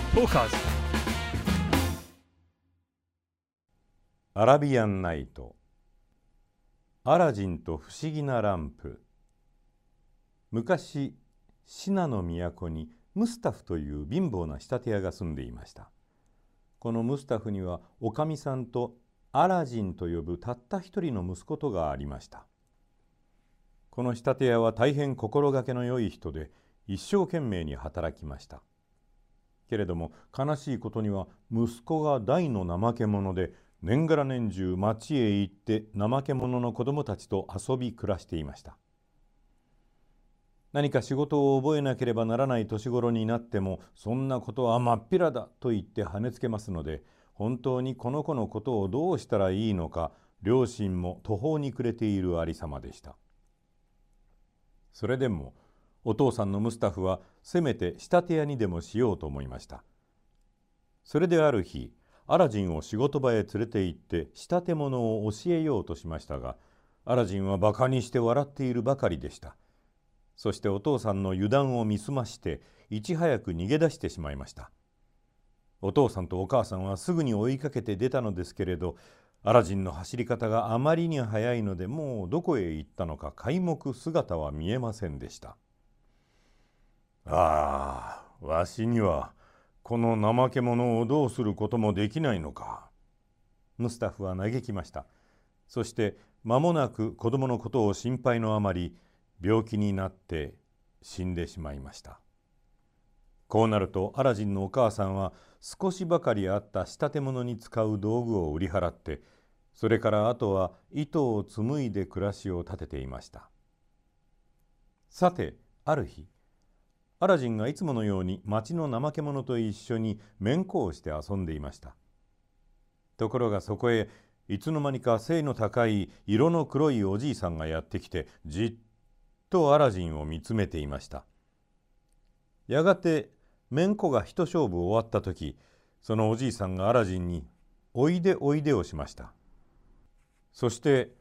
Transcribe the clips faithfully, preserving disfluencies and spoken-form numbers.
トーカーズ。 アラビアンナイト、アラジンと不思議なランプ。昔、シナの都にムスタフという貧乏な仕立て屋が住んでいました。このムスタフにはおかみさんとアラジンと呼ぶたった一人の息子とがありました。この仕立て屋は大変心がけの良い人で、一生懸命に働きました。けれども悲しいことには息子が大の怠け者で、年がら年中町へ行って怠け者の子供たちと遊び暮らしていました。何か仕事を覚えなければならない年頃になっても、そんなことはまっぴらだと言って跳ねつけますので、本当にこの子のことをどうしたらいいのか、両親も途方に暮れているありさまでした。それでもお父さんのムスタフはせめて仕立て屋にでもしようと思いました。それである日、アラジンを仕事場へ連れて行って仕立て物を教えようとしましたが、アラジンはバカにして笑っているばかりでした。そしてお父さんの油断を見すましていち早く逃げ出してしまいました。お父さんとお母さんはすぐに追いかけて出たのですけれど、アラジンの走り方があまりに速いので、もうどこへ行ったのか皆目姿は見えませんでした。ああ、わしにはこの怠け者をどうすることもできないのか。ムスタフは嘆きました。そして間もなく子供のことを心配のあまり病気になって死んでしまいました。こうなるとアラジンのお母さんは少しばかりあった仕立て物に使う道具を売り払って、それからあとは糸を紡いで暮らしを立てていました。さてある日、アラジンがいつものように町の怠け者と一緒に面子をして遊んでいました。ところがそこへいつの間にか背の高い色の黒いおじいさんがやってきて、じっとアラジンを見つめていました。やがて面子が一勝負終わった時、そのおじいさんがアラジンに「おいでおいで」をしました。そして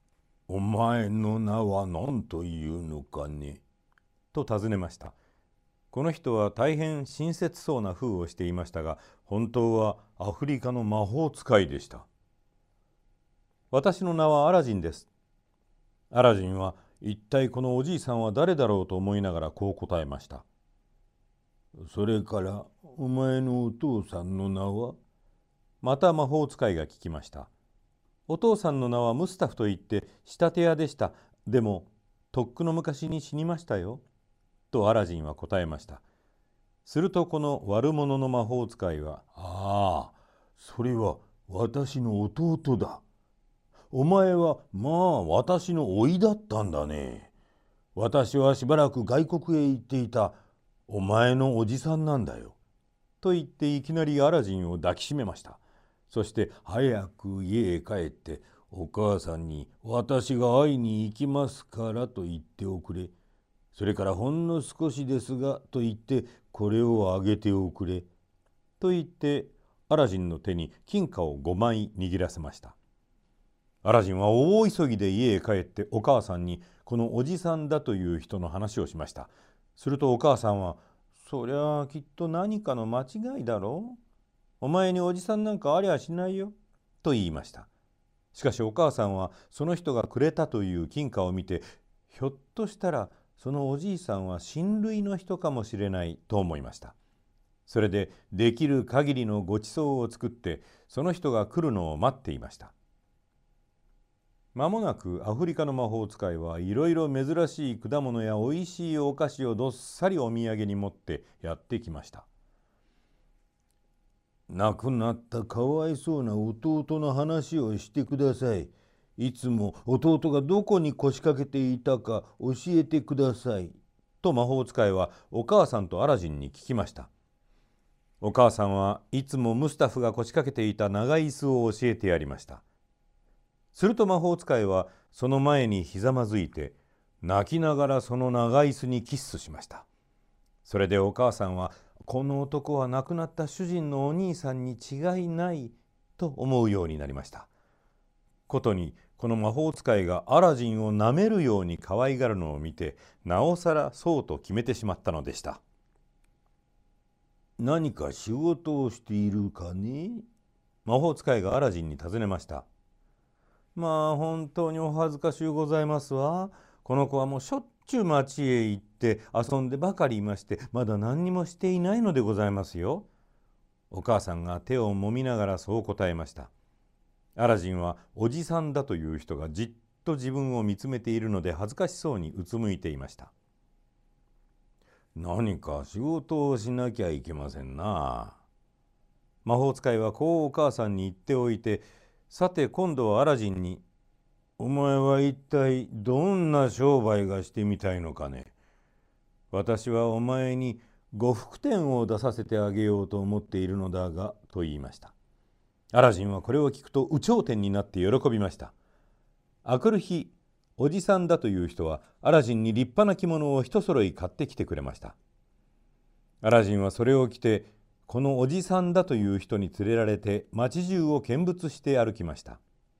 「お前の名は何というのかね」と尋ねました。この人は大変親切そうな風をしていましたが、本当はアフリカの魔法使いでした。私の名はアラジンです。アラジンは一体このおじいさんは誰だろうと思いながらこう答えました。それからお前のお父さんの名は？また魔法使いが聞きました。お父さんの名はムスタフといって仕立て屋でした。でもとっくの昔に死にましたよ。とアラジンは答えました。するとこの悪者の魔法使いは、ああ、それは私の弟だ。お前はまあ私の甥だったんだね。私はしばらく外国へ行っていたお前のおじさんなんだよ。と言っていきなりアラジンを抱きしめました。そして早く家へ帰ってお母さんに私が会いに行きますからと言っておくれ。それからほんの少しですがと言ってこれをあげておくれ。と言ってアラジンの手に金貨をごまい握らせました。アラジンは大急ぎで家へ帰ってお母さんにこのおじさんだという人の話をしました。するとお母さんは、そりゃあきっと何かの間違いだろう。お前におじさんなんかありゃしないよ。と言いました。しかしお母さんはその人がくれたという金貨を見て、ひょっとしたらそのおじいさんは親類の人かもしれないと思いました。それでできる限りのごちそうを作ってその人が来るのを待っていました。間もなくアフリカの魔法使いはいろいろ珍しい果物やおいしいお菓子をどっさりお土産に持ってやってきました。亡くなったかわいそうな弟の話をしてください。いつも弟がどこに腰掛けていたか教えてください。と魔法使いはお母さんとアラジンに聞きました。お母さんはいつもムスタフが腰掛けていた長い椅子を教えてやりました。すると魔法使いはその前にひざまずいて泣きながらその長い椅子にキッスしました。それでお母さんはこの男は亡くなった主人のお兄さんに違いないと思うようになりました。ことにこの魔法使いがアラジンをなめるように可愛がるのを見て、なおさらそうと決めてしまったのでした。 何か仕事をしているかね？魔法使いがアラジンに尋ねました。まあ本当にお恥ずかしゅうございますわ。この子はもうしょっちゅう町へ行って遊んでばかりいまして、まだ何にもしていないのでございますよ。お母さんが手をもみながらそう答えました。アラジンはおじさんだという人がじっと自分を見つめているので恥ずかしそうにうつむいていました。何か仕事をしなきゃいけませんな。魔法使いはこうお母さんに言っておいて、さて今度はアラジンに、お前は一体どんな商売がしてみたいのかね。私はお前に呉服店を出させてあげようと思っているのだが、と言いました。アラジンはこれを聞くと有頂天になって喜びました。あくる日、おじさんだという人はアラジンに立派な着物を一揃い買ってきてくれました。アラジンはそれを着て、このおじさんだという人に連れられて町中を見物して歩きました。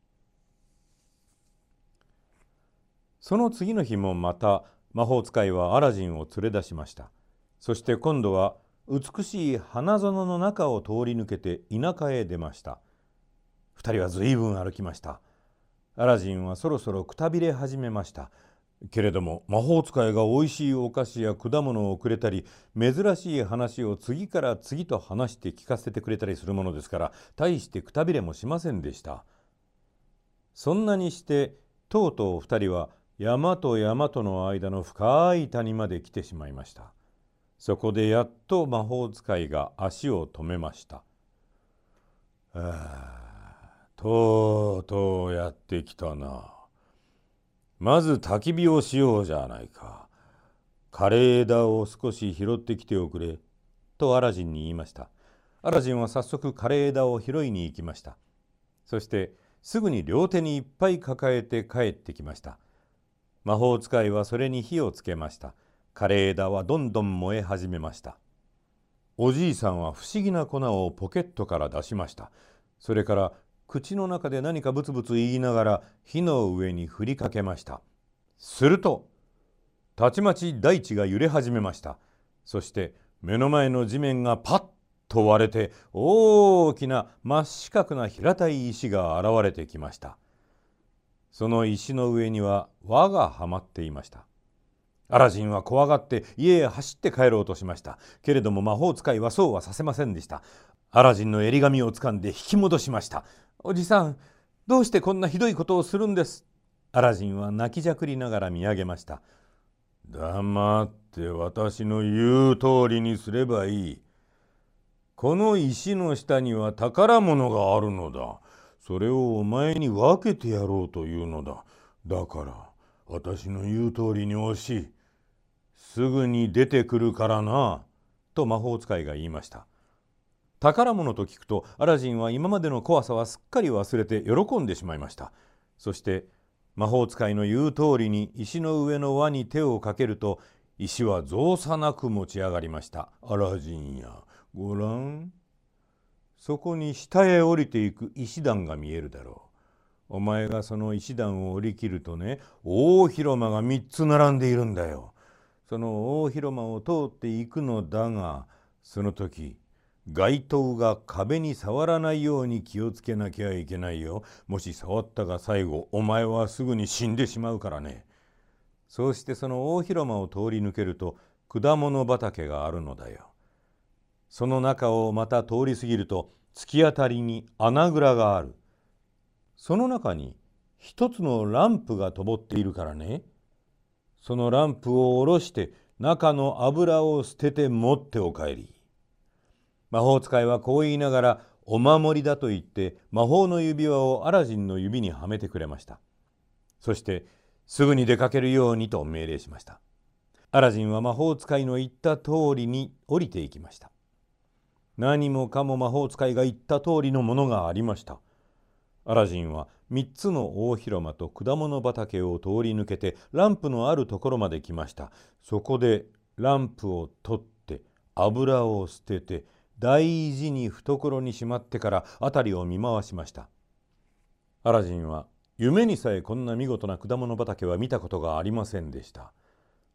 その次の日もまた魔法使いはアラジンを連れ出しました。そして今度は美しい花園の中を通り抜けて田舎へ出ました。二人はずいぶん歩きました。アラジンはそろそろくたびれ始めました。けれども魔法使いがおいしいお菓子や果物をくれたり、珍しい話を次から次と話して聞かせてくれたりするものですから、大してくたびれもしませんでした。そんなにしてとうとう二人は山と山との間の深い谷まで来てしまいました。そこでやっと魔法使いが足を止めました。ああ、とうとうやってきたな。まず焚き火をしようじゃないか。枯れ枝を少し拾ってきておくれ。とアラジンに言いました。アラジンは早速枯れ枝を拾いに行きました。そしてすぐに両手にいっぱい抱えて帰ってきました。魔法使いはそれに火をつけました。枯れ枝はどんどん燃え始めました。おじいさんは不思議な粉をポケットから出しました。それから口の中で何かブツブツ言いながら火の上に振りかけました。するとたちまち大地が揺れ始めました。そして目の前の地面がパッと割れて、大きな真四角な平たい石が現れてきました。その石の上には輪がはまっていました。アラジンは怖がって家へ走って帰ろうとしました。けれども魔法使いはそうはさせませんでした。アラジンの襟髪をつかんで引き戻しました。おじさん、どうしてこんなひどいことをするんです。アラジンは泣きじゃくりながら見上げました。黙って私の言う通りにすればいい。この石の下には宝物があるのだ。それをお前に分けてやろうというのだ。だから私の言う通りにおし、すぐに出てくるからな。と魔法使いが言いました。宝物と聞くとアラジンは今までの怖さはすっかり忘れて喜んでしまいました。そして魔法使いの言う通りに石の上の輪に手をかけると、石は造作なく持ち上がりました。アラジンや、ごらん。そこに下へ降りていく石段が見えるだろう。お前がその石段を降りきるとね、大広間がみっつ並んでいるんだよ。その大広間を通っていくのだが、その時街灯が壁に触らないように気をつけなきゃいけないよ。もし触ったが最後、お前はすぐに死んでしまうからね。そうしてその大広間を通り抜けると果物畑があるのだよ。その中をまた通り過ぎると突き当たりに穴蔵がある。その中に一つのランプが灯っているからね。そのランプを下ろして中の油を捨てて持ってお帰り。魔法使いはこう言いながらお守りだと言って魔法の指輪をアラジンの指にはめてくれました。そしてすぐに出かけるようにと命令しました。アラジンは魔法使いの言った通りに降りていきました。何もかも魔法使いが言った通りのものがありました。アラジンはみっつの大広間と果物畑を通り抜けてランプのあるところまで来ました。そこでランプを取って油を捨てて大事に懐にしまってから辺りを見回しました。アラジンは夢にさえこんな見事な果物畑は見たことがありませんでした。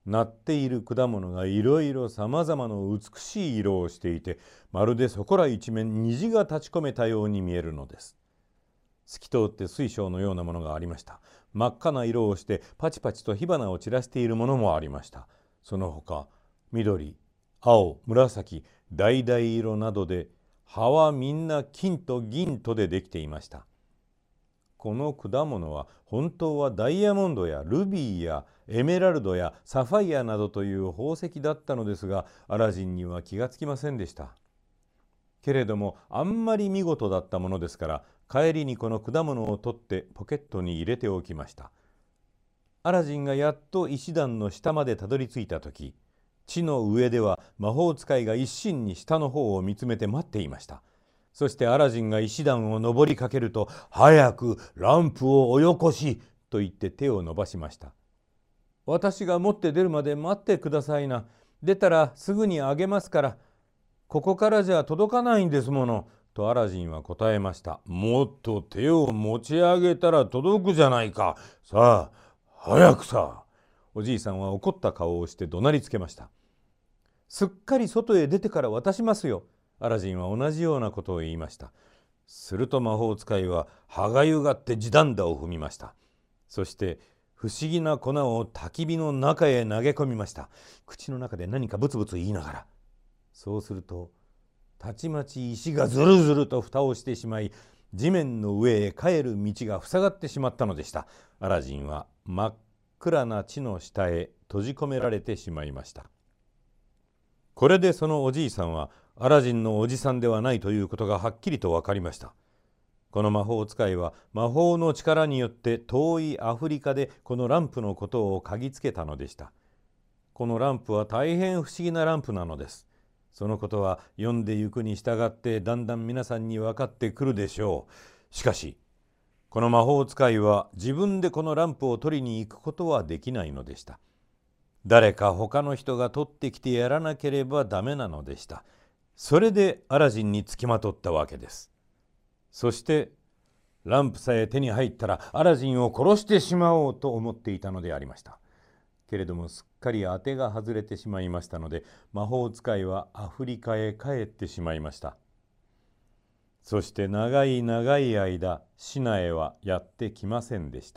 なっている果物がいろいろさまざまな美しい色をしていて、まるでそこら一面虹が立ち込めたように見えるのです。透き通って水晶のようなものがありました。真っ赤な色をしてパチパチと火花を散らしているものもありました。その他緑、青、紫、橙色などで、葉はみんな金と銀とでできていました。この果物は本当はダイヤモンドやルビーやエメラルドやサファイアなどという宝石だったのですが、アラジンには気がつきませんでした。けれどもあんまり見事だったものですから、帰りにこの果物を取ってポケットに入れておきました。アラジンがやっと石段の下までたどり着いた時、地の上では魔法使いが一心に下の方を見つめて待っていました。そしてアラジンが石段を登りかけると、早くランプをおよこしと言って手を伸ばしました。私が持って出るまで待ってくださいな。出たらすぐにあげますから。ここからじゃ届かないんですもの。とアラジンは答えました。もっと手を持ち上げたら届くじゃないか。さあ、早くさ。おじいさんは怒った顔をして怒鳴りつけました。すっかり外へ出てから渡しますよ。アラジンは同じようなことを言いました。すると魔法使いは歯がゆがって地団打を踏みました。そして不思議な粉を焚き火の中へ投げ込みました。口の中で何かブツブツ言いながら。そうするとたちまち石がずるずると蓋をしてしまい、地面の上へ帰る道が塞がってしまったのでした。アラジンは真っ暗な地の下へ閉じ込められてしまいました。これでそのおじいさんはアラジンのおじさんではないということがはっきりと分かりました。この魔法使いは魔法の力によって遠いアフリカでこのランプのことを嗅ぎつけたのでした。このランプは大変不思議なランプなのです。そのことは読んでゆくに従ってだんだん皆さんに分かってくるでしょう。しかしこの魔法使いは自分でこのランプを取りに行くことはできないのでした。誰か他の人が取ってきてやらなければダメなのでした。それでアラジンにつきまとったわけです。そしてランプさえ手に入ったらアラジンを殺してしまおうと思っていたのでありました。けれどもすっかり当てが外れてしまいましたので、魔法使いはアフリカへ帰ってしまいました。そして長い長い間シナへはやってきませんでした。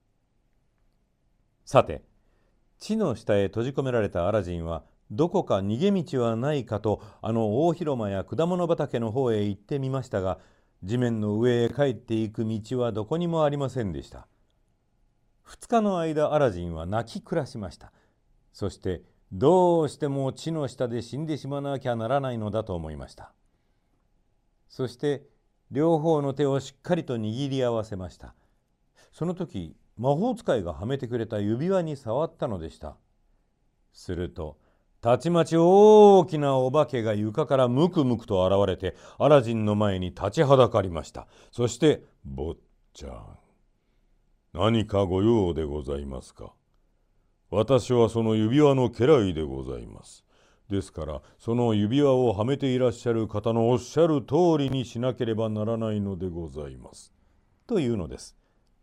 さて、地の下へ閉じ込められたアラジンはどこか逃げ道はないかとあの大広間や果物畑の方へ行ってみましたが、地面の上へ帰っていく道はどこにもありませんでした。二日の間アラジンは泣き暮らしました。そしてどうしても地の下で死んでしまわなきゃならないのだと思いました。そして両方の手をしっかりと握り合わせました。その時魔法使いがはめてくれた指輪に触ったのでした。するとたちまち大きなお化けが床からむくむくと現れてアラジンの前に立ちはだかりました。そして「坊ちゃん、何かご用でございますか？私はその指輪の家来でございます。ですからその指輪をはめていらっしゃる方のおっしゃる通りにしなければならないのでございます」というのです。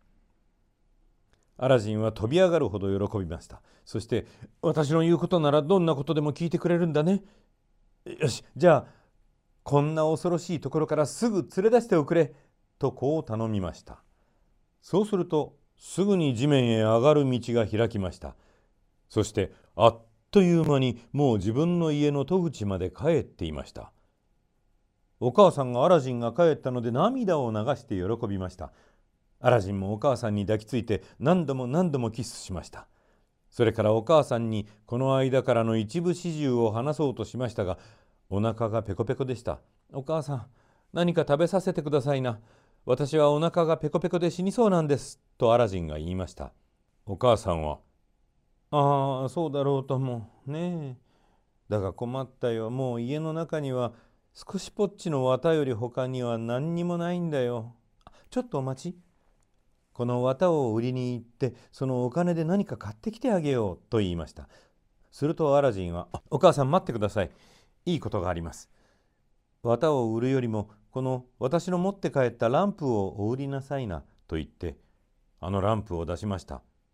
アラジンは飛び上がるほど喜びました。そして「私の言うことならどんなことでも聞いてくれるんだね。よし、じゃあこんな恐ろしいところからすぐ連れ出しておくれ」とこう頼みました。そうするとすぐに地面へ上がる道が開きました。そしてあっという間にもう自分の家の戸口まで帰っていました。お母さんがアラジンが帰ったので涙を流して喜びました。アラジンもお母さんに抱きついて何度も何度もキスしました。それからお母さんにこの間からの一部始終を話そうとしましたが、お腹がペコペコでした。お母さん、何か食べさせてくださいな。私はお腹がペコペコで死にそうなんです。とアラジンが言いました。お母さんは、ああ、そうだろうともねえ。だが困ったよ。もう家の中には少しぽっちの綿より他には何にもないんだよ。ちょっとお待ち。この綿を売りに行ってそのお金で何か買ってきてあげようと言いました。するとアラジンは、お母さん待ってください。いいことがあります。綿を売るよりもこの私の持って帰ったランプをお売りなさいなと言ってあのランプを出しました。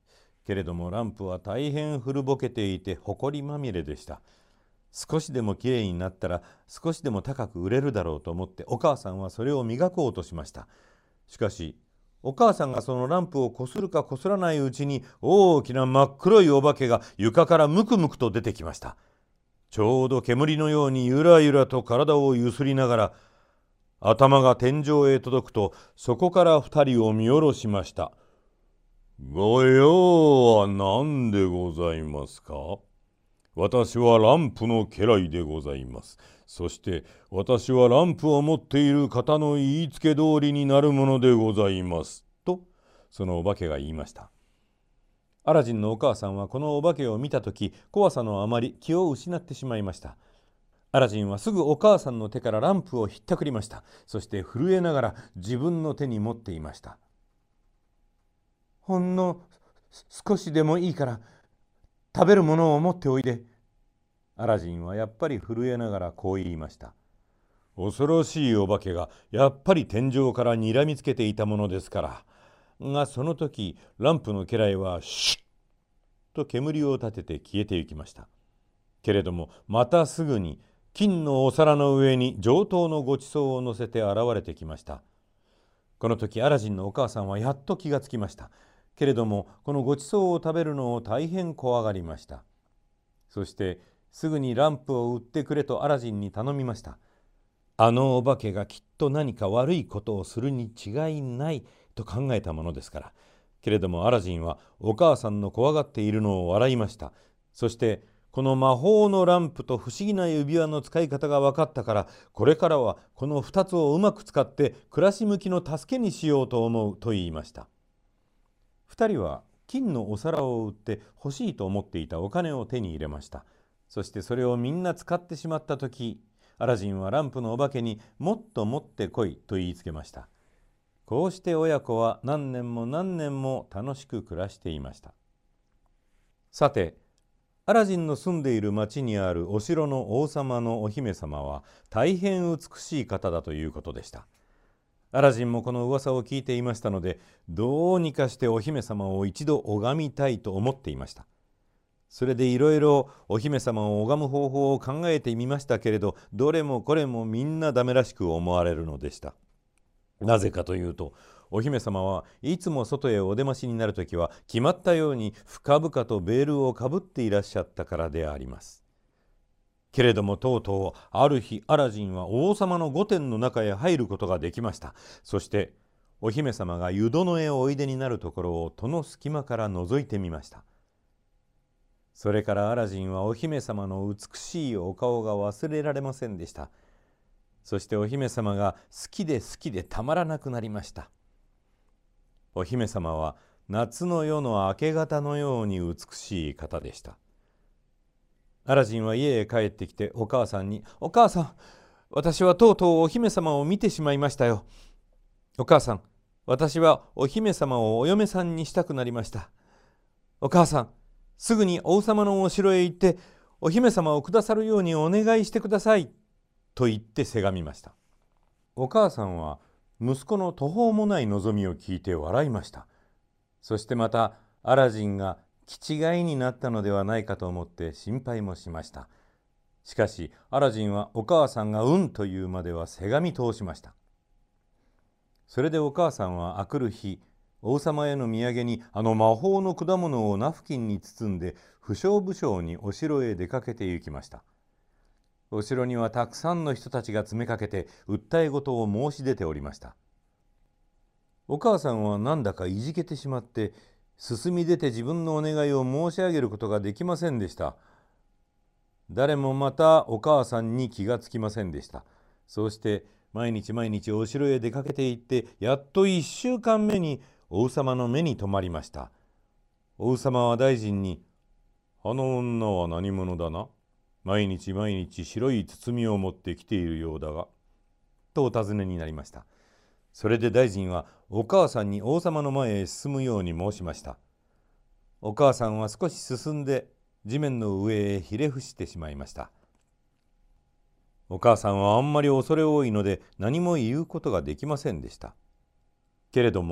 けれどもランプは大変古ぼけていてほこりまみれでした。少しでもきれいになったら少しでも高く売れるだろうと思ってお母さんはそれを磨こうとしました。しかしお母さんがそのランプをこするかこすらないうちに大きな真っ黒いお化けが床からムクムクと出てきました。ちょうど煙のようにゆらゆらと体をゆすりながら頭が天井へ届くとそこから二人を見下ろしました。ご用は何でございますか？私はランプの家来でございます。そして私はランプを持っている方の言いつけ通りになるものでございます。とそのお化けが言いました。アラジンのお母さんはこのお化けを見たとき怖さのあまり気を失ってしまいました。アラジンはすぐお母さんの手からランプをひったくりました。そして震えながら自分の手に持っていました。ほんの少しでもいいから食べるものを持っておいで。アラジンはやっぱり震えながらこう言いました。恐ろしいお化けがやっぱり天井からにらみつけていたものですから。がその時ランプの家来はシュッと煙を立てて消えてゆきました。けれどもまたすぐに金のお皿の上に上等のごちそうを乗せて現れてきました。この時アラジンのお母さんはやっと気がつきました。けれどもこのごちそうを食べるのを大変怖がりました。そしてすぐにランプを売ってくれとアラジンに頼みました。あのお化けがきっと何か悪いことをするに違いないと考えたものですから。けれどもアラジンはお母さんの怖がっているのを笑いました。そしてこの魔法のランプと不思議な指輪の使い方が分かったからこれからはこのふたつをうまく使って暮らし向きの助けにしようと思うと言いました。二人は金のお皿を売って欲しいと思っていたお金を手に入れました。そしてそれをみんな使ってしまった時アラジンはランプのお化けにもっと持ってこいと言いつけました。こうして親子は何年も何年も楽しく暮らしていました。さてアラジンの住んでいる町にあるお城の王様のお姫様は大変美しい方だということでした。アラジンもこの噂を聞いていましたのでどうにかしてお姫様を一度拝みたいと思っていました。それでいろいろお姫様を拝む方法を考えてみましたけれどどれもこれもみんなダメらしく思われるのでした。なぜかというとお姫様はいつも外へお出ましになるときは決まったように深々とベールをかぶっていらっしゃったからであります。けれどもとうとうある日アラジンは王様の御殿の中へ入ることができました。そしてお姫様が湯殿へおいでになるところを戸の隙間から覗いてみました。それからアラジンはお姫様の美しいお顔が忘れられませんでした。そしてお姫様が好きで好きでたまらなくなりました。お姫様は夏の夜の明け方のように美しい方でした。アラジンは家へ帰ってきてお母さんに「お母さん、私はとうとうお姫様を見てしまいましたよ。お母さん、私はお姫様をお嫁さんにしたくなりました。お母さん、すぐに王様のお城へ行ってお姫様をくださるようにお願いしてください」と言ってせがみました。お母さんは息子の途方もない望みを聞いて笑いました。そしてまたアラジンが気違いになったのではないかと思って心配もしました。しかしアラジンはお母さんがうんというまではせがみ通しました。それでお母さんはあくる日王様への土産にあの魔法の果物をナフキンに包んで不詳不詳にお城へ出かけて行きました。お城にはたくさんの人たちが詰めかけて訴え事を申し出ておりました。お母さんはなんだかいじけてしまって進み出て自分のお願いを申し上げることができませんでした。誰もまたお母さんに気がつきませんでした。そうして毎日毎日お城へ出かけて行ってやっといっしゅうかんめに王様の目に留まりました。王様は大臣に「あの女は何者だな？毎日毎日白い包みを持ってきているようだが」とお尋ねになりました。それで大臣はお母さんに王様の前へ進むように申しました。お母さんは少し進んで地面の上へひれ伏してしまいました。お母さんはあんまり恐れ多いので何も言うことができませんでした。けれども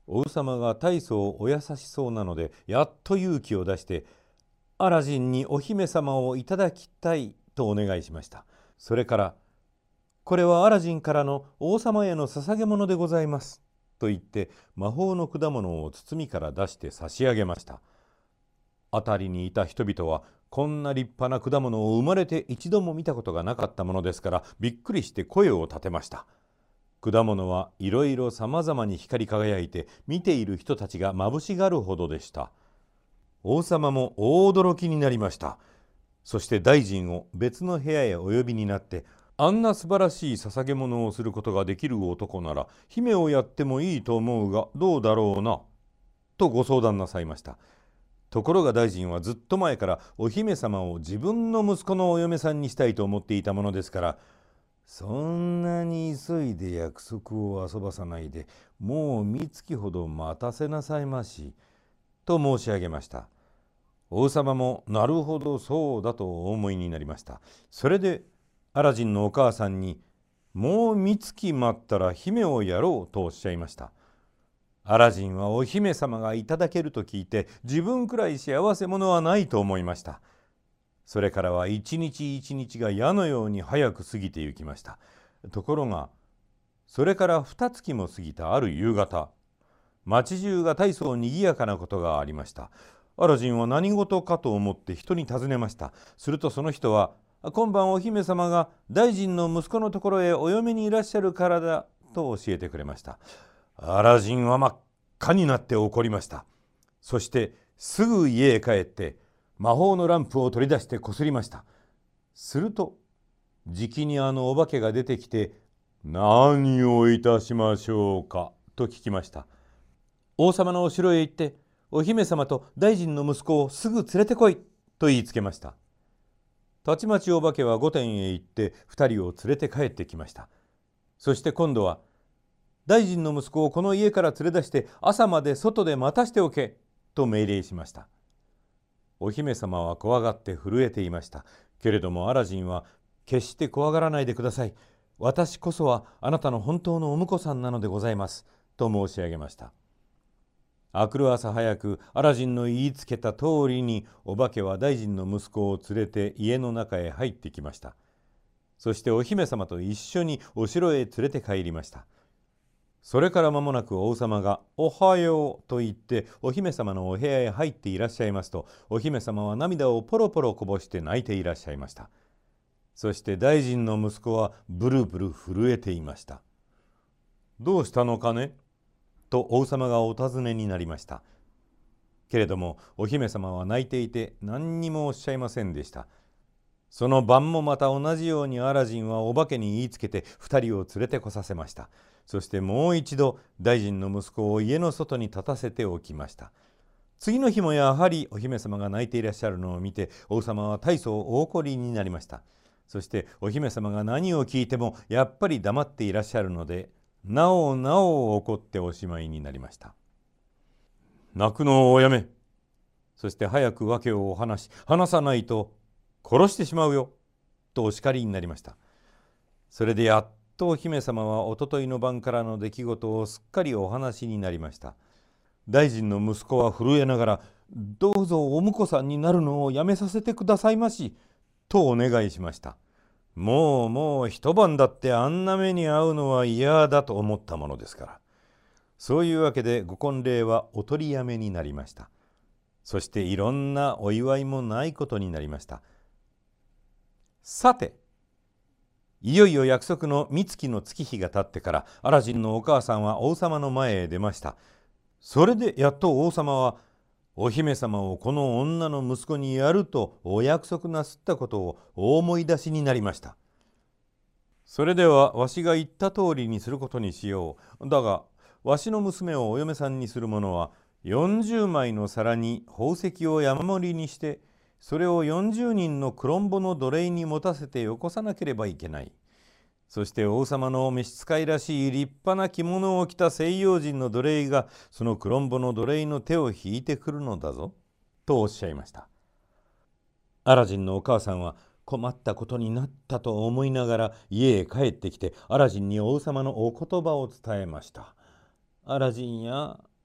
王様が大層お優しそうなので、やっと勇気を出して、アラジンにお姫様をいただきたいとお願いしました。それから、これはアラジンからの王様への捧げ物でございますと言って、魔法の果物を包みから出して差し上げました。辺りにいた人々は、こんな立派な果物を生まれて一度も見たことがなかったものですから、びっくりして声を立てました。果物はいろいろさまざまに光り輝いて、見ている人たちがまぶしがるほどでした。王様も大驚きになりました。そして大臣を別の部屋へお呼びになって、あんな素晴らしい捧げ物をすることができる男なら姫をやってもいいと思うがどうだろうなとご相談なさいました。ところが大臣はずっと前からお姫様を自分の息子のお嫁さんにしたいと思っていたものですから、そんなに急いで約束を遊ばさないで、もう三月ほど待たせなさいましと申し上げました。王様もなるほどそうだとお思いになりました。それでアラジンのお母さんに、もう三月待ったら姫をやろうとおっしゃいました。アラジンはお姫様がいただけると聞いて、自分くらい幸せ者はないと思いました。それからは一日一日が矢のように早く過ぎてゆきました。ところが、それから二月も過ぎたある夕方、町中が大層にぎやかなことがありました。アラジンは何事かと思って人に尋ねました。するとその人は、今晩お姫様が大臣の息子のところへお嫁にいらっしゃるからだと教えてくれました。アラジンは真っ赤になって怒りました。そしてすぐ家へ帰って魔法のランプを取り出してこすりました。するとじきにあのお化けが出てきて、何をいたしましょうかと聞きました。王様のお城へ行ってお姫様と大臣の息子をすぐ連れてこいと言いつけました。たちまちお化けは御殿へ行って二人を連れて帰ってきました。そして今度は、大臣の息子をこの家から連れ出して朝まで外で待たしておけと命令しました。お姫様は怖がって震えていました。けれどもアラジンは、決して怖がらないでください。私こそはあなたの本当のお婿さんなのでございますと申し上げました。明くる朝早く、アラジンの言いつけた通りにお化けは大臣の息子を連れて家の中へ入ってきました。そしてお姫様と一緒にお城へ連れて帰りました。それから間もなく王様が「おはよう」と言ってお姫様のお部屋へ入っていらっしゃいますと、お姫様は涙をポロポロこぼして泣いていらっしゃいました。そして大臣の息子はブルブル震えていました。どうしたのかねと王様がお尋ねになりました。けれどもお姫様は泣いていて何にもおっしゃいませんでした。その晩もまた同じようにアラジンはお化けに言いつけて二人を連れてこさせました。そしてもう一度大臣の息子を家の外に立たせておきました。次の日もやはりお姫様が泣いていらっしゃるのを見て、王様は大層お怒りになりました。そしてお姫様が何を聞いてもやっぱり黙っていらっしゃるので、なおなお怒っておしまいになりました。泣くのをおやめ。そして早く訳をお話し、話さないと殺してしまうよとお叱りになりました。それでやっとお姫様はおとといの晩からの出来事をすっかりお話になりました。大臣の息子は震えながら、どうぞお婿さんになるのをやめさせてくださいましとお願いしました。もうもう一晩だってあんな目に遭うのは嫌だと思ったものですから。そういうわけでご婚礼はお取りやめになりました。そしていろんなお祝いもないことになりました。さて、いよいよ約束の三月の月日が経ってから、アラジンのお母さんは王様の前へ出ました。それでやっと王様は、お姫様をこの女の息子にやるとお約束なすったことをお思い出しになりました。それではわしが言った通りにすることにしよう。だが、わしの娘をお嫁さんにする者は、よんじゅうまいの皿に宝石を山盛りにして、それをよんじゅうにんのクロンボの奴隷に持たせてよこさなければいけない。そして王様の召使いらしい立派な着物を着た西洋人の奴隷がそのクロンボの奴隷の手を引いてくるのだぞとおっしゃいました。アラジンのお母さんは困ったことになったと思いながら家へ帰ってきて、アラジンに王様のお言葉を伝えました。アラジンや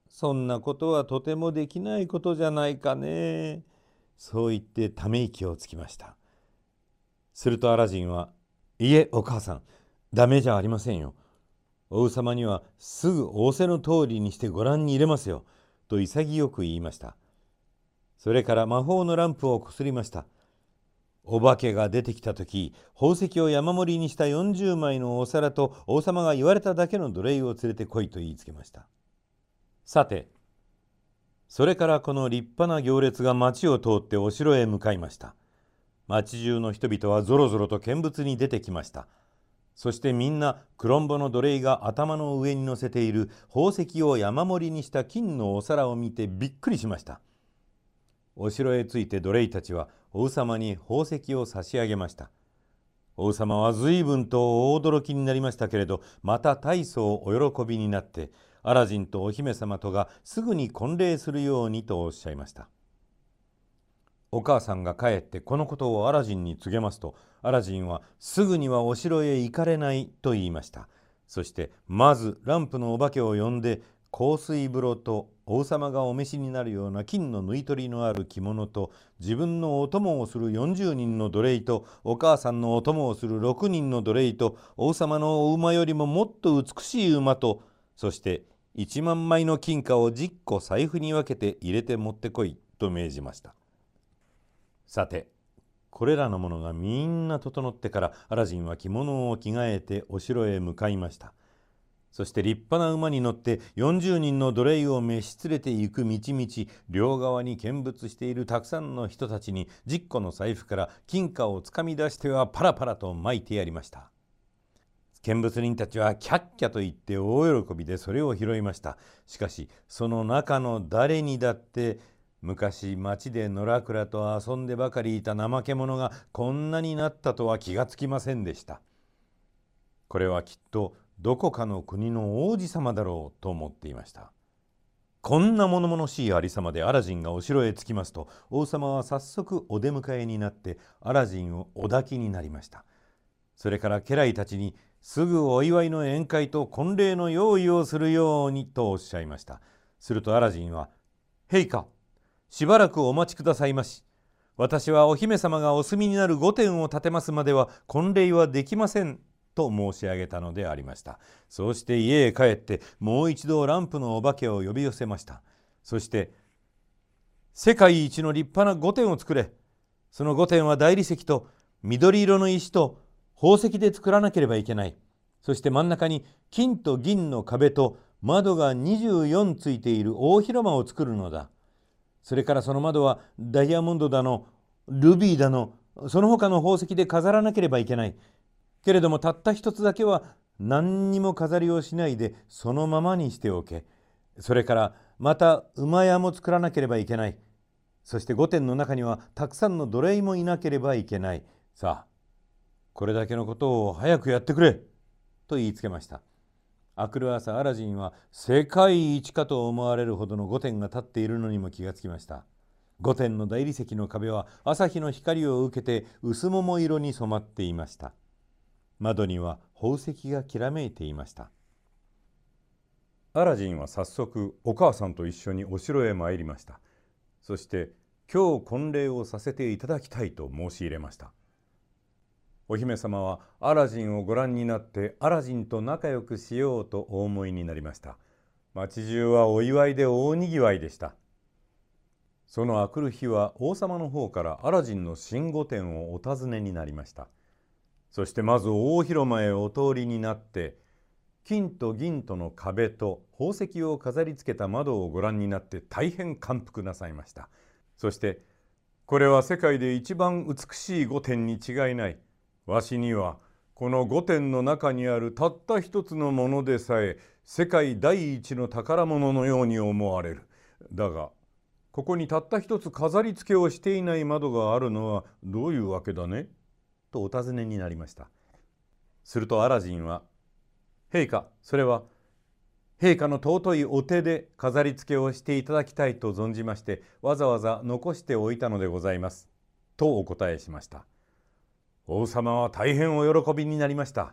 そんなことはとてもできないことじゃないかね。そう言ってため息をつきました。するとアラジンは、いえお母さん、ダメじゃありませんよ。王様にはすぐ仰せの通りにしてご覧に入れますよ。と潔く言いました。それから魔法のランプをこすりました。お化けが出てきたとき、宝石を山盛りにしたよんじゅうまいのお皿と王様が言われただけの奴隷を連れてこいと言いつけました。さて、それからこの立派な行列が町を通ってお城へ向かいました。町中の人々はぞろぞろと見物に出てきました。そしてみんなクロンボの奴隷が頭の上に乗せている宝石を山盛りにした金のお皿を見てびっくりしました。お城へ着いて奴隷たちは王様に宝石を差し上げました。王様は随分と大驚きになりましたけれど、また大層お喜びになって、アラジンとお姫様とがすぐに婚礼するようにとおっしゃいました。お母さんが帰ってこのことをアラジンに告げますと、アラジンはすぐにはお城へ行かれないと言いました。そしてまずランプのお化けを呼んで、香水風呂と王様がお召しになるような金の縫い取りのある着物と、自分のお供をするよんじゅうにんの奴隷と、お母さんのお供をするろくにんの奴隷と、王様のお馬よりももっと美しい馬と、そしていちまんまいの金貨をじっこ財布に分けて入れて持ってこいと命じました。さて、これらのものがみんな整ってから、アラジンは着物を着替えてお城へ向かいました。そして立派な馬に乗ってよんじゅうにんの奴隷を召し連れて行く道々、両側に見物しているたくさんの人たちにじっこの財布から金貨をつかみ出してはパラパラと撒いてやりました。見物人たちはキャッキャと言って大喜びでそれを拾いました。しかしその中の誰にだって昔町で野良倉と遊んでばかりいた怠け者がこんなになったとは気がつきませんでした。これはきっとどこかの国の王子様だろうと思っていました。こんな物々しいありさまでアラジンがお城へ着きますと、王様は早速お出迎えになってアラジンをお抱きになりました。それから家来たちにすぐお祝いの宴会と婚礼の用意をするようにとおっしゃいました。するとアラジンは、陛下、しばらくお待ちくださいまし。私はお姫様がお住みになる御殿を建てますまでは婚礼はできませんと申し上げたのでありました。そうして家へ帰ってもう一度ランプのお化けを呼び寄せました。そして、世界一の立派な御殿を作れ。その御殿は大理石と緑色の石と宝石で作らなければいけない。そして真ん中に金と銀の壁と窓がにじゅうよんついている大広間を作るのだ。それからその窓はダイヤモンドだのルビーだのその他の宝石で飾らなければいけない。けれどもたった一つだけは何にも飾りをしないでそのままにしておけ。それからまた馬屋も作らなければいけない。そして御殿の中にはたくさんの奴隷もいなければいけない。さあこれだけのことを早くやってくれと言いつけました。あくる朝アラジンは世界一かと思われるほどの御殿が建っているのにも気がつきました。御殿の大理石の壁は朝日の光を受けて薄桃色に染まっていました。窓には宝石がきらめいていました。アラジンは早速お母さんと一緒にお城へ参りました。そして今日婚礼をさせていただきたいと申し入れました。お姫様はアラジンをご覧になってアラジンと仲良くしようとお思いになりました。町中はお祝いで大にぎわいでした。そのあくる日は王様の方からアラジンの新御殿をお尋ねになりました。そしてまず大広間へお通りになって、金と銀との壁と宝石を飾りつけた窓をご覧になって大変感服なさいました。そして、これは世界で一番美しい御殿に違いない。わしにはこの御殿の中にあるたった一つのものでさえ世界第一の宝物のように思われる。だがここにたった一つ飾り付けをしていない窓があるのはどういうわけだねとお尋ねになりました。するとアラジンは、陛下、それは陛下の尊いお手で飾り付けをしていただきたいと存じましてわざわざ残しておいたのでございますとお答えしました。王様は大変お喜びになりました。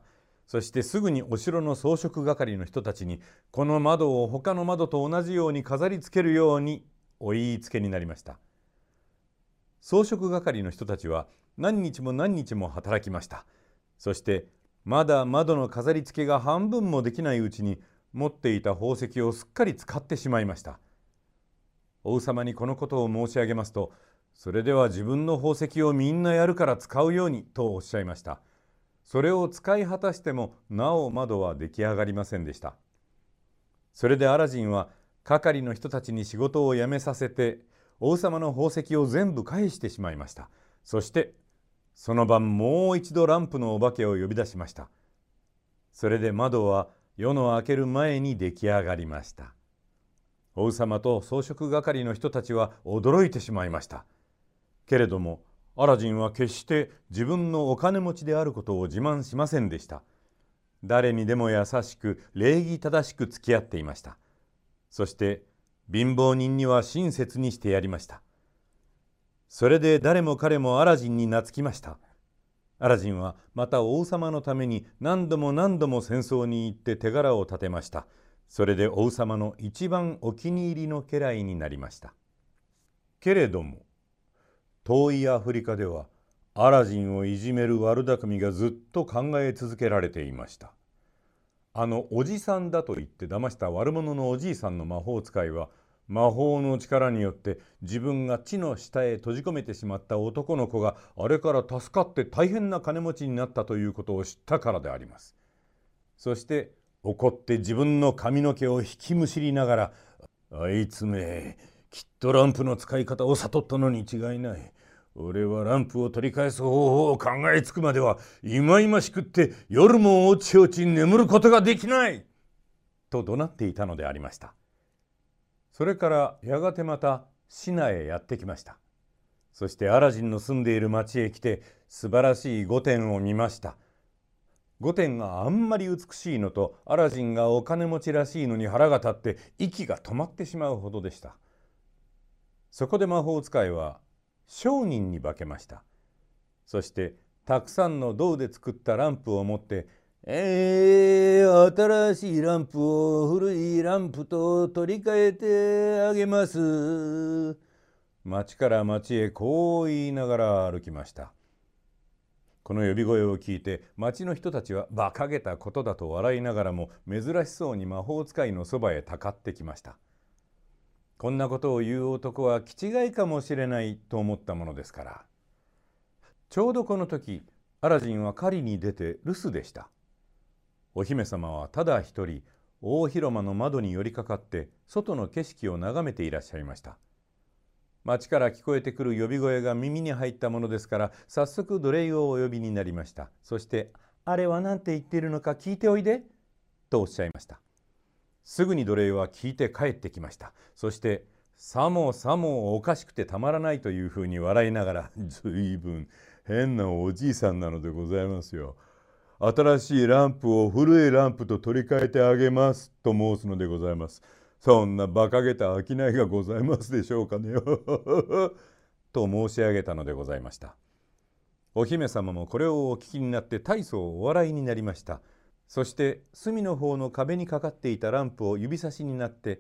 そしてすぐにお城の装飾係の人たちにこの窓を他の窓と同じように飾りつけるようにお言いつけになりました。装飾係の人たちは何日も何日も働きました。そしてまだ窓の飾り付けが半分もできないうちに持っていた宝石をすっかり使ってしまいました。王様にこのことを申し上げますと、それでは自分の宝石をみんなやるから使うようにとおっしゃいました。それを使い果たしてもなお窓は出来上がりませんでした。それでアラジンは係の人たちに仕事を辞めさせて王様の宝石を全部返してしまいました。そしてその晩もう一度ランプのお化けを呼び出しました。それで窓は夜の明ける前に出来上がりました。王様と装飾係の人たちは驚いてしまいました。けれどもアラジンは決して自分のお金持ちであることを自慢しませんでした。誰にでも優しく礼儀正しく付き合っていました。そして貧乏人には親切にしてやりました。それで誰も彼もアラジンに懐きました。アラジンはまた王様のために何度も何度も戦争に行って手柄を立てました。それで王様の一番お気に入りの家来になりました。けれども遠いアフリカではアラジンをいじめる悪巧みがずっと考え続けられていました。あのおじさんだと言って騙した悪者のおじいさんの魔法使いは魔法の力によって自分が地の下へ閉じ込めてしまった男の子があれから助かって大変な金持ちになったということを知ったからであります。そして怒って自分の髪の毛を引きむしりながら「あいつめきっとランプの使い方を悟ったのに違いない。俺はランプを取り返す方法を考えつくまではいまいましくって夜もおちおち眠ることができない!」と怒鳴っていたのでありました。それからやがてまたシナへやってきました。そしてアラジンの住んでいる町へ来て素晴らしい御殿を見ました。御殿があんまり美しいのとアラジンがお金持ちらしいのに腹が立って息が止まってしまうほどでした。そこで魔法使いは商人に化けました。そしてたくさんの銅で作ったランプを持って「えー、新しいランプを古いランプと取り替えてあげます」町から町へこう言いながら歩きました。この呼び声を聞いて町の人たちは馬鹿げたことだと笑いながらも珍しそうに魔法使いのそばへたかってきました。こんなことを言う男は気違いかもしれないと思ったものですから。ちょうどこの時アラジンは狩りに出て留守でした。お姫様はただ一人大広間の窓に寄りかかって外の景色を眺めていらっしゃいました。町から聞こえてくる呼び声が耳に入ったものですから早速奴隷をお呼びになりました。そして「あれは何て言っているのか聞いておいで」とおっしゃいました。すぐに奴隷は聞いて帰ってきました。そしてさもさもおかしくてたまらないというふうに笑いながら「ずいぶん変なおじいさんなのでございますよ。新しいランプを古いランプと取り替えてあげますと申すのでございます。そんな馬鹿げた商いがございますでしょうかね」と申し上げたのでございました。お姫様もこれをお聞きになって大層お笑いになりました。そして隅の方の壁にかかっていたランプを指差しになって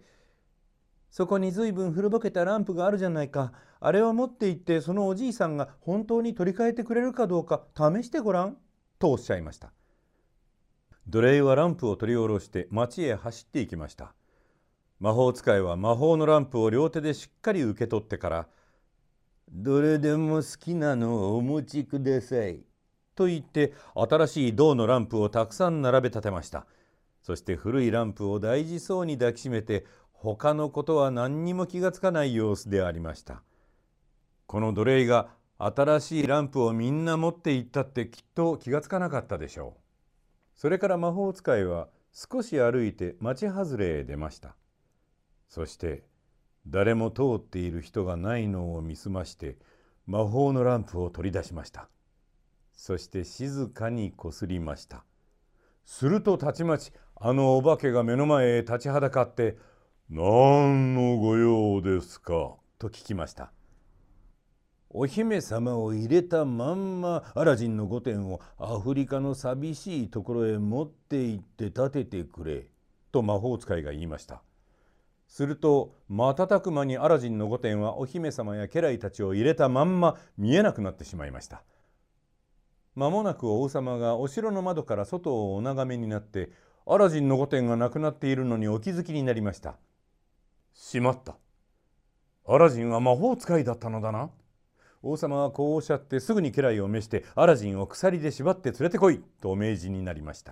「そこにずいぶん古ぼけたランプがあるじゃないか。あれを持って行ってそのおじいさんが本当に取り替えてくれるかどうか試してごらん」とおっしゃいました。奴隷はランプを取り下ろして町へ走っていきました。魔法使いは魔法のランプを両手でしっかり受け取ってから「どれでも好きなのをお持ちください」と言って新しい銅のランプをたくさん並べ立てました。そして古いランプを大事そうに抱きしめて他のことは何にも気がつかない様子でありました。この奴隷が新しいランプをみんな持って行ったってきっと気がつかなかったでしょう。それから魔法使いは少し歩いて町外れへ出ました。そして誰も通っている人がないのを見すまして魔法のランプを取り出しました。そして静かにこすりました。するとたちまちあのお化けが目の前へ立ちはだかって「何のご用ですか?」と聞きました。 お姫様を入れたまんまアラジンの御殿をアフリカの寂しいところへ持って行って建ててくれと魔法使いが言いました。すると瞬く間にアラジンの御殿はお姫様や家来たちを入れたまんま見えなくなってしまいました。間もなく王様がお城の窓から外をお眺めになって、アラジンの御殿がなくなっているのにお気づきになりました。しまった。アラジンは魔法使いだったのだな。王様はこうおっしゃってすぐに家来を召してアラジンを鎖で縛って連れてこいとお命じになりました。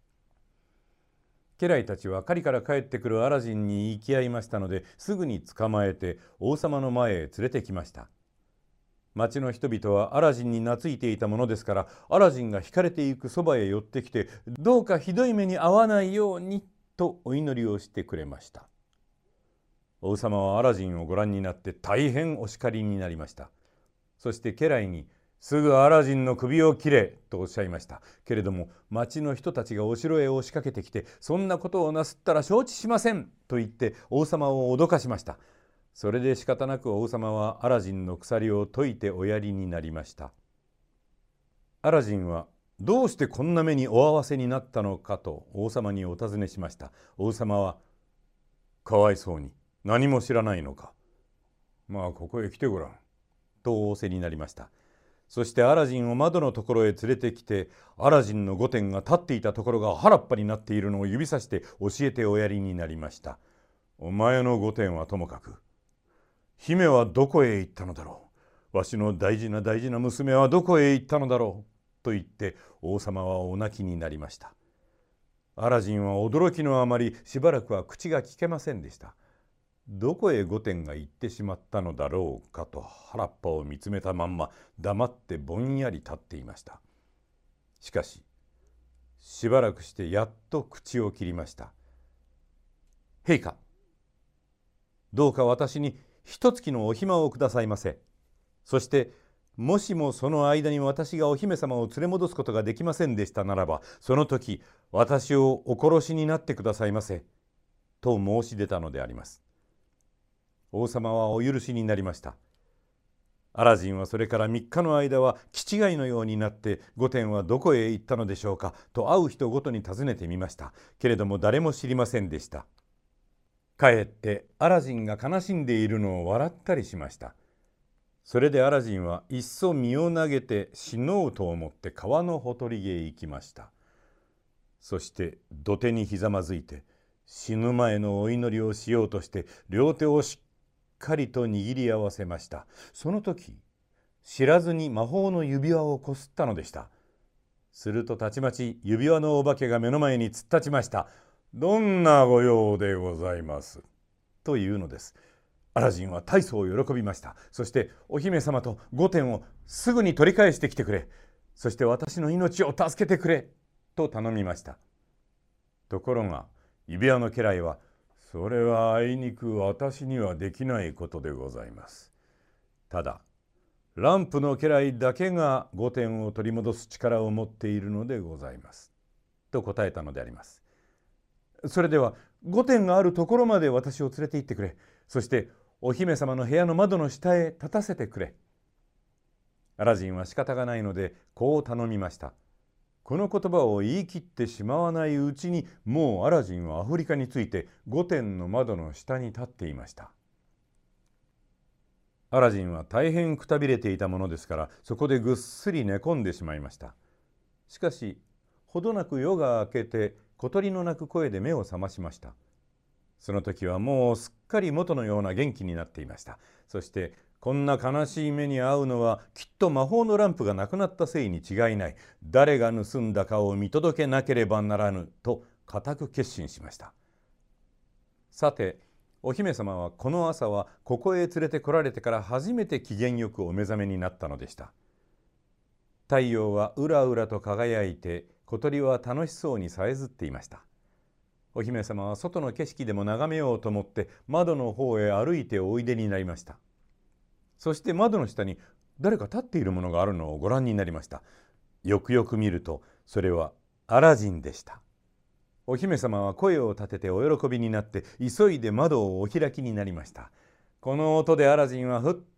家来たちは狩りから帰ってくるアラジンに行き合いましたので、すぐに捕まえて王様の前へ連れてきました。町の人々はアラジンに懐いていたものですから、アラジンが惹かれていくそばへ寄ってきて、どうかひどい目に遭わないようにとお祈りをしてくれました。王様はアラジンをご覧になって大変お叱りになりました。そして家来にすぐアラジンの首を切れとおっしゃいました。けれども町の人たちがお城へ押しかけてきて、そんなことをなすったら承知しませんと言って王様を脅かしました。それで仕方なく王様はアラジンの鎖を解いておやりになりました。アラジンはどうしてこんな目にお合わせになったのかと王様にお尋ねしました。王様は、かわいそうに何も知らないのか。まあここへ来てごらんと仰せになりました。そしてアラジンを窓のところへ連れてきて、アラジンの御殿が立っていたところが原っぱになっているのを指さして教えておやりになりました。お前の御殿はともかく、姫はどこへ行ったのだろう。わしの大事な大事な娘はどこへ行ったのだろう。と言って王様はお泣きになりました。アラジンは驚きのあまりしばらくは口が聞けませんでした。どこへ御殿が行ってしまったのだろうかと原っぱを見つめたまんま黙ってぼんやり立っていました。しかししばらくしてやっと口を切りました。陛下、どうか私に一月のお暇をくださいませ。そしてもしもその間に私がお姫様を連れ戻すことができませんでしたならば、その時私をお殺しになってくださいませと申し出たのであります。王様はお許しになりました。アラジンはそれからみっかの間は気違いのようになって、御殿はどこへ行ったのでしょうかと会う人ごとに尋ねてみました。けれども誰も知りませんでした。かえってアラジンが悲しんでいるのを笑ったりしました。それでアラジンはいっそ身を投げて死のうと思って川のほとりへ行きました。そして土手にひざまずいて死ぬ前のお祈りをしようとして両手をしっかりと握り合わせました。その時知らずに魔法の指輪をこすったのでした。するとたちまち指輪のお化けが目の前に突っ立ちました。どんなご用でございますというのです。アラジンは大層喜びました。そしてお姫様と御殿をすぐに取り返してきてくれ、そして私の命を助けてくれと頼みました。ところが指輪の家来は、それはあいにく私にはできないことでございます。ただランプの家来だけが御殿を取り戻す力を持っているのでございますと答えたのであります。それでは御殿があるところまで私を連れて行ってくれ、そしてお姫様の部屋の窓の下へ立たせてくれ。アラジンは仕方がないのでこう頼みました。この言葉を言い切ってしまわないうちに、もうアラジンはアフリカについて御殿の窓の下に立っていました。アラジンは大変くたびれていたものですから、そこでぐっすり寝込んでしまいました。しかしほどなく夜が明けて小鳥の鳴く声で目を覚ましました。その時はもうすっかり元のような元気になっていました。そしてこんな悲しい目に遭うのはきっと魔法のランプがなくなったせいに違いない、誰が盗んだかを見届けなければならぬと固く決心しました。さてお姫様はこの朝はここへ連れてこられてから初めて機嫌よくお目覚めになったのでした。太陽はうらうらと輝いて、小鳥は楽しそうにさえずっていました。お姫様は外の景色でも眺めようと思って窓の方へ歩いておいでになりました。そして窓の下に誰か立っているものがあるのをご覧になりました。よくよく見るとそれはアラジンでした。お姫様は声を立ててお喜びになって急いで窓をお開きになりました。この音でアラジンはふっ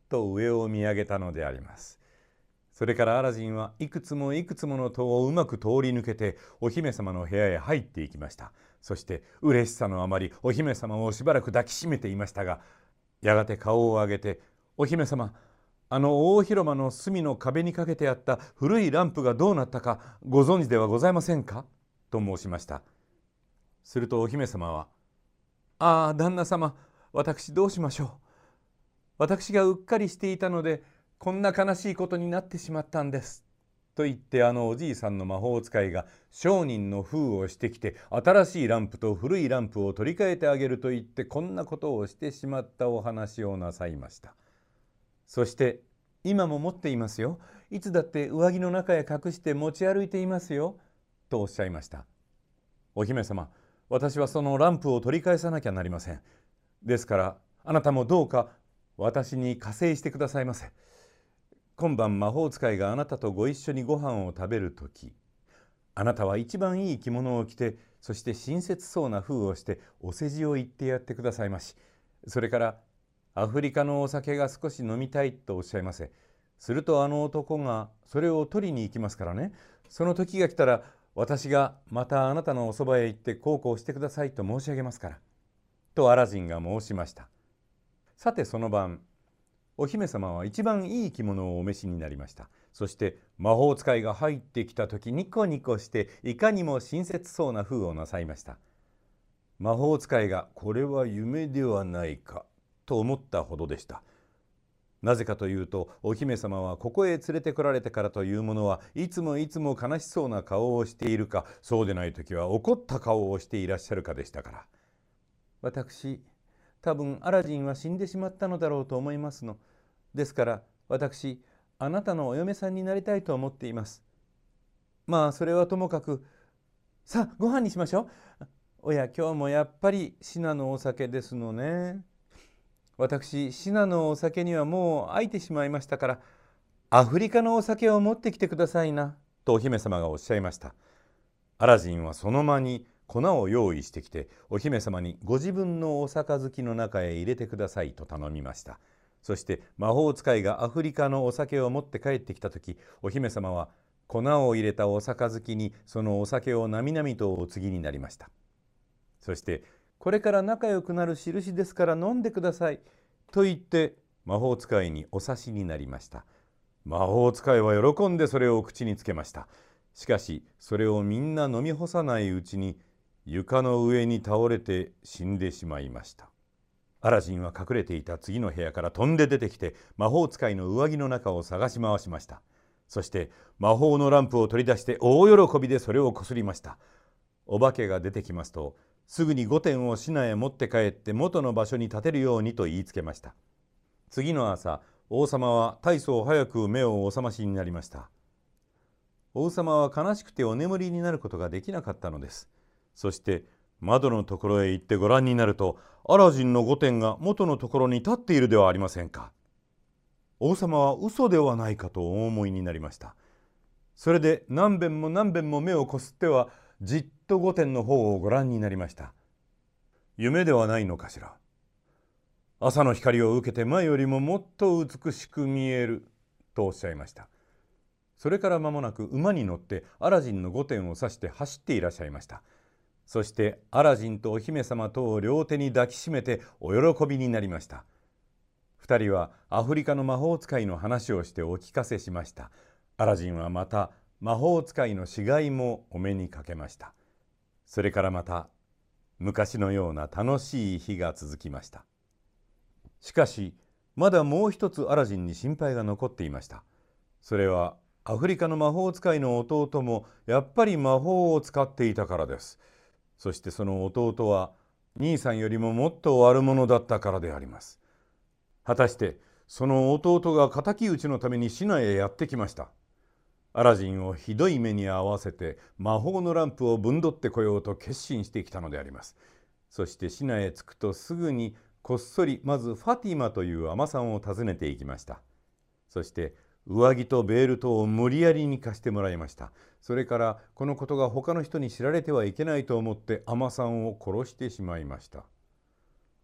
と上を見上げたのであります。それからアラジンはいくつもいくつもの戸をうまく通り抜けてお姫様の部屋へ入っていきました。そして嬉しさのあまりお姫様をしばらく抱きしめていましたが、やがて顔を上げて「お姫様、あの大広間の隅の壁にかけてあった古いランプがどうなったかご存知ではございませんか?」と申しました。するとお姫様は「ああ、旦那様、私どうしましょう。私がうっかりしていたのでこんな悲しいことになってしまったんです」と言って、あのおじいさんの魔法使いが商人の封をしてきて新しいランプと古いランプを取り替えてあげると言ってこんなことをしてしまったお話をなさいました。そして「今も持っていますよ。いつだって上着の中へ隠して持ち歩いていますよ」とおっしゃいました。お姫様、私はそのランプを取り返さなきゃなりません。ですからあなたもどうか私に加勢してくださいませ。今晩魔法使いがあなたとご一緒にご飯を食べるとき、あなたは一番いい着物を着て、そして親切そうな風をしてお世辞を言ってやってくださいまし。それからアフリカのお酒が少し飲みたいとおっしゃいませ。するとあの男がそれを取りに行きますからね。その時が来たら私がまたあなたのおそばへ行ってこうこうしてくださいと申し上げますから。とアラジンが申しました。さてその晩、お姫様は一番いい着物をお召しになりました。そして魔法使いが入ってきた時、ニコニコしていかにも親切そうな風をなさいました。魔法使いがこれは夢ではないかと思ったほどでした。なぜかというと、お姫様はここへ連れてこられてからというものはいつもいつも悲しそうな顔をしているか、そうでない時は怒った顔をしていらっしゃるかでしたから。私多分アラジンは死んでしまったのだろうと思いますの。ですから私あなたのお嫁さんになりたいと思っています。まあそれはともかく、さあご飯にしましょう。おや、今日もやっぱりシナのお酒ですのね。私シナのお酒にはもう飽いてしまいましたから、アフリカのお酒を持ってきてくださいなとお姫様がおっしゃいました。アラジンはその間に粉を用意してきて、お姫様にご自分のお杯の中へ入れてくださいと頼みました。そして魔法使いがアフリカのお酒を持って帰ってきた時、お姫様は粉を入れたお杯にそのお酒をなみなみとお継ぎになりました。そしてこれから仲良くなる印ですから飲んでくださいと言って魔法使いにお差しになりました。魔法使いは喜んでそれを口につけました。しかしそれをみんな飲み干さないうちに床の上に倒れて死んでしまいました。アラジンは隠れていた次の部屋から飛んで出てきて魔法使いの上着の中を探し回しました。そして魔法のランプを取り出して大喜びでそれをこすりました。お化けが出てきますと、すぐにごてんを品へ持って帰って元の場所に立てるようにと言いつけました。次の朝、王様は大層早く目をお覚ましになりました。王様は悲しくてお眠りになることができなかったのです。そして窓のところへ行ってご覧になると、アラジンのごてんが元のところに立っているではありませんか。王様は嘘ではないかとお思いになりました。それで何べんも何べんも目をこすってはじっとごてんの方をご覧になりました。夢ではないのかしら。朝の光を受けて前よりももっと美しく見えるとおっしゃいました。それから間もなく馬に乗ってアラジンのごてんを指して走っていらっしゃいました。そしてアラジンとお姫様とを両手に抱きしめてお喜びになりました。二人はアフリカの魔法使いの話をしてお聞かせしました。アラジンはまた魔法使いの死骸もお目にかけました。それからまた昔のような楽しい日が続きました。しかしまだもう一つアラジンに心配が残っていました。それはアフリカの魔法使いの弟もやっぱり魔法を使っていたからです。そしてその弟は兄さんよりももっと悪者だったからであります。果たしてその弟が敵討ちのためにシナへやってきました。アラジンをひどい目に遭わせて魔法のランプをぶんどってこようと決心してきたのであります。そしてシナへ着くとすぐにこっそりまずファティマという尼さんを訪ねていきました。そして上着とベールとを無理やりに貸してもらいました。それからこのことが他の人に知られてはいけないと思って尼さんを殺してしまいました。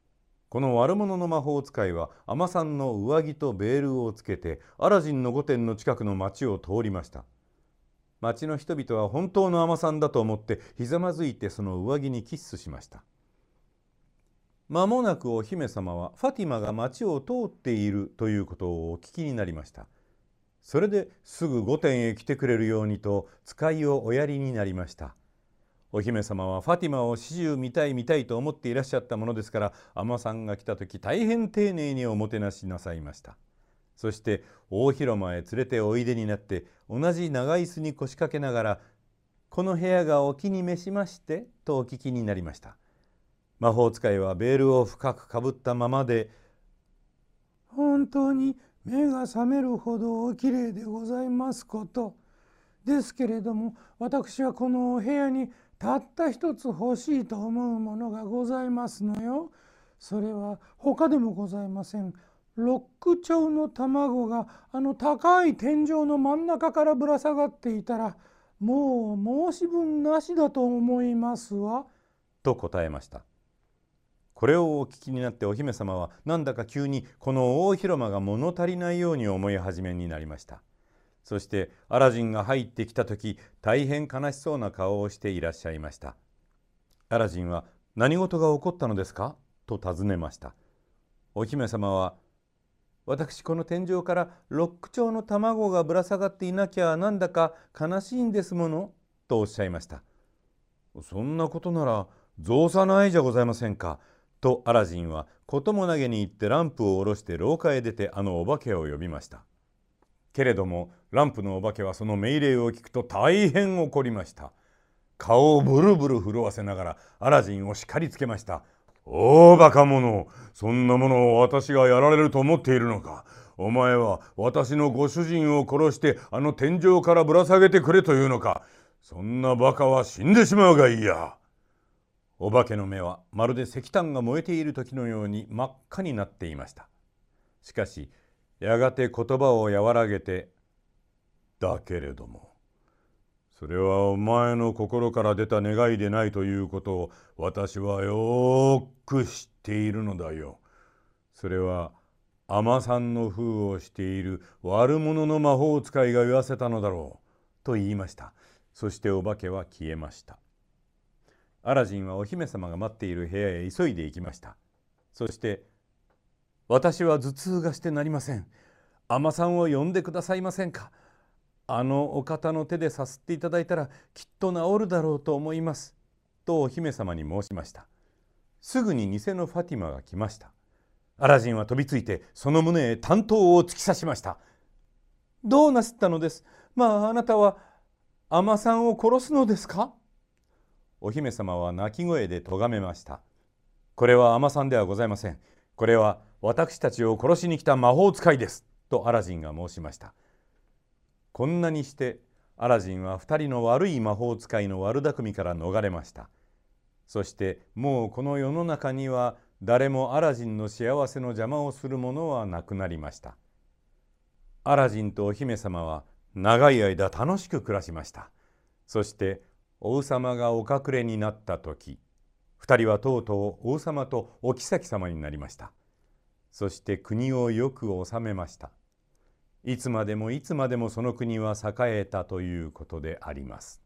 この悪者の魔法使いは海女さんの上着とベールをつけてアラジンの御殿の近くの町を通りました。町の人々は本当の海女さんだと思ってひざまずいてその上着にキッスしました。間もなくお姫様はファティマが町を通っているということをお聞きになりました。それですぐ御殿へ来てくれるようにと使いをおやりになりました。お姫様はファティマを始終見たい見たいと思っていらっしゃったものですから、海女さんが来た時大変丁寧におもてなしなさいました。そして大広間へ連れておいでになって同じ長椅子に腰掛けながら「この部屋がお気に召しまして?」とお聞きになりました。魔法使いはベールを深くかぶったままで「本当に目が覚めるほどおきれいでございますこと。ですけれども私はこのお部屋にたった一つ欲しいと思うものがございますのよ。それは他でもございません。ロック調の卵があの高い天井の真ん中からぶら下がっていたらもう申し分なしだと思いますわ」と答えました。これをお聞きになってお姫様はなんだか急にこの大広間が物足りないように思い始めになりました。そしてアラジンが入ってきた時大変悲しそうな顔をしていらっしゃいました。アラジンは「何事が起こったのですか?」と尋ねました。お姫様は「私この天井からロック調の卵がぶら下がっていなきゃなんだか悲しいんですもの」とおっしゃいました。そんなことなら造作ないじゃございませんか。とアラジンはこともなげに言ってランプを下ろして廊下へ出てあのお化けを呼びました。けれどもランプのお化けはその命令を聞くと大変怒りました。顔をブルブル震わせながらアラジンを叱りつけました。おおバカ者、そんなものを私がやられると思っているのか。お前は私のご主人を殺してあの天井からぶら下げてくれというのか。そんなバカは死んでしまうがいいや。お化けの目はまるで石炭が燃えている時のように真っ赤になっていました。しかしやがて言葉を和らげて「だけれどもそれはお前の心から出た願いでないということを私はよく知っているのだよ。それは海女さんの封をしている悪者の魔法使いが言わせたのだろう」と言いました。そしてお化けは消えました。アラジンはお姫様が待っている部屋へ急いで行きました。そして「私は頭痛がしてなりません。海女さんを呼んでくださいませんか。あのお方の手でさすっていただいたらきっと治るだろうと思います」とお姫様に申しました。すぐに偽のファティマが来ました。アラジンは飛びついてその胸へ短刀を突き刺しました。「どうなすったのです。まああなたは海女さんを殺すのですか。」お姫様は泣き声で咎めました。これは海女さんではございません。これは私たちを殺しに来た魔法使いです。とアラジンが申しました。こんなにしてアラジンは二人の悪い魔法使いの悪巧みから逃れました。そしてもうこの世の中には誰もアラジンの幸せの邪魔をする者はなくなりました。アラジンとお姫様は長い間楽しく暮らしました。そしておうさまがお隠れになった時、二人はとうとうおうさまとお妃様になりました。そして国をよく治めました。いつまでもいつまでもその国は栄えたということであります。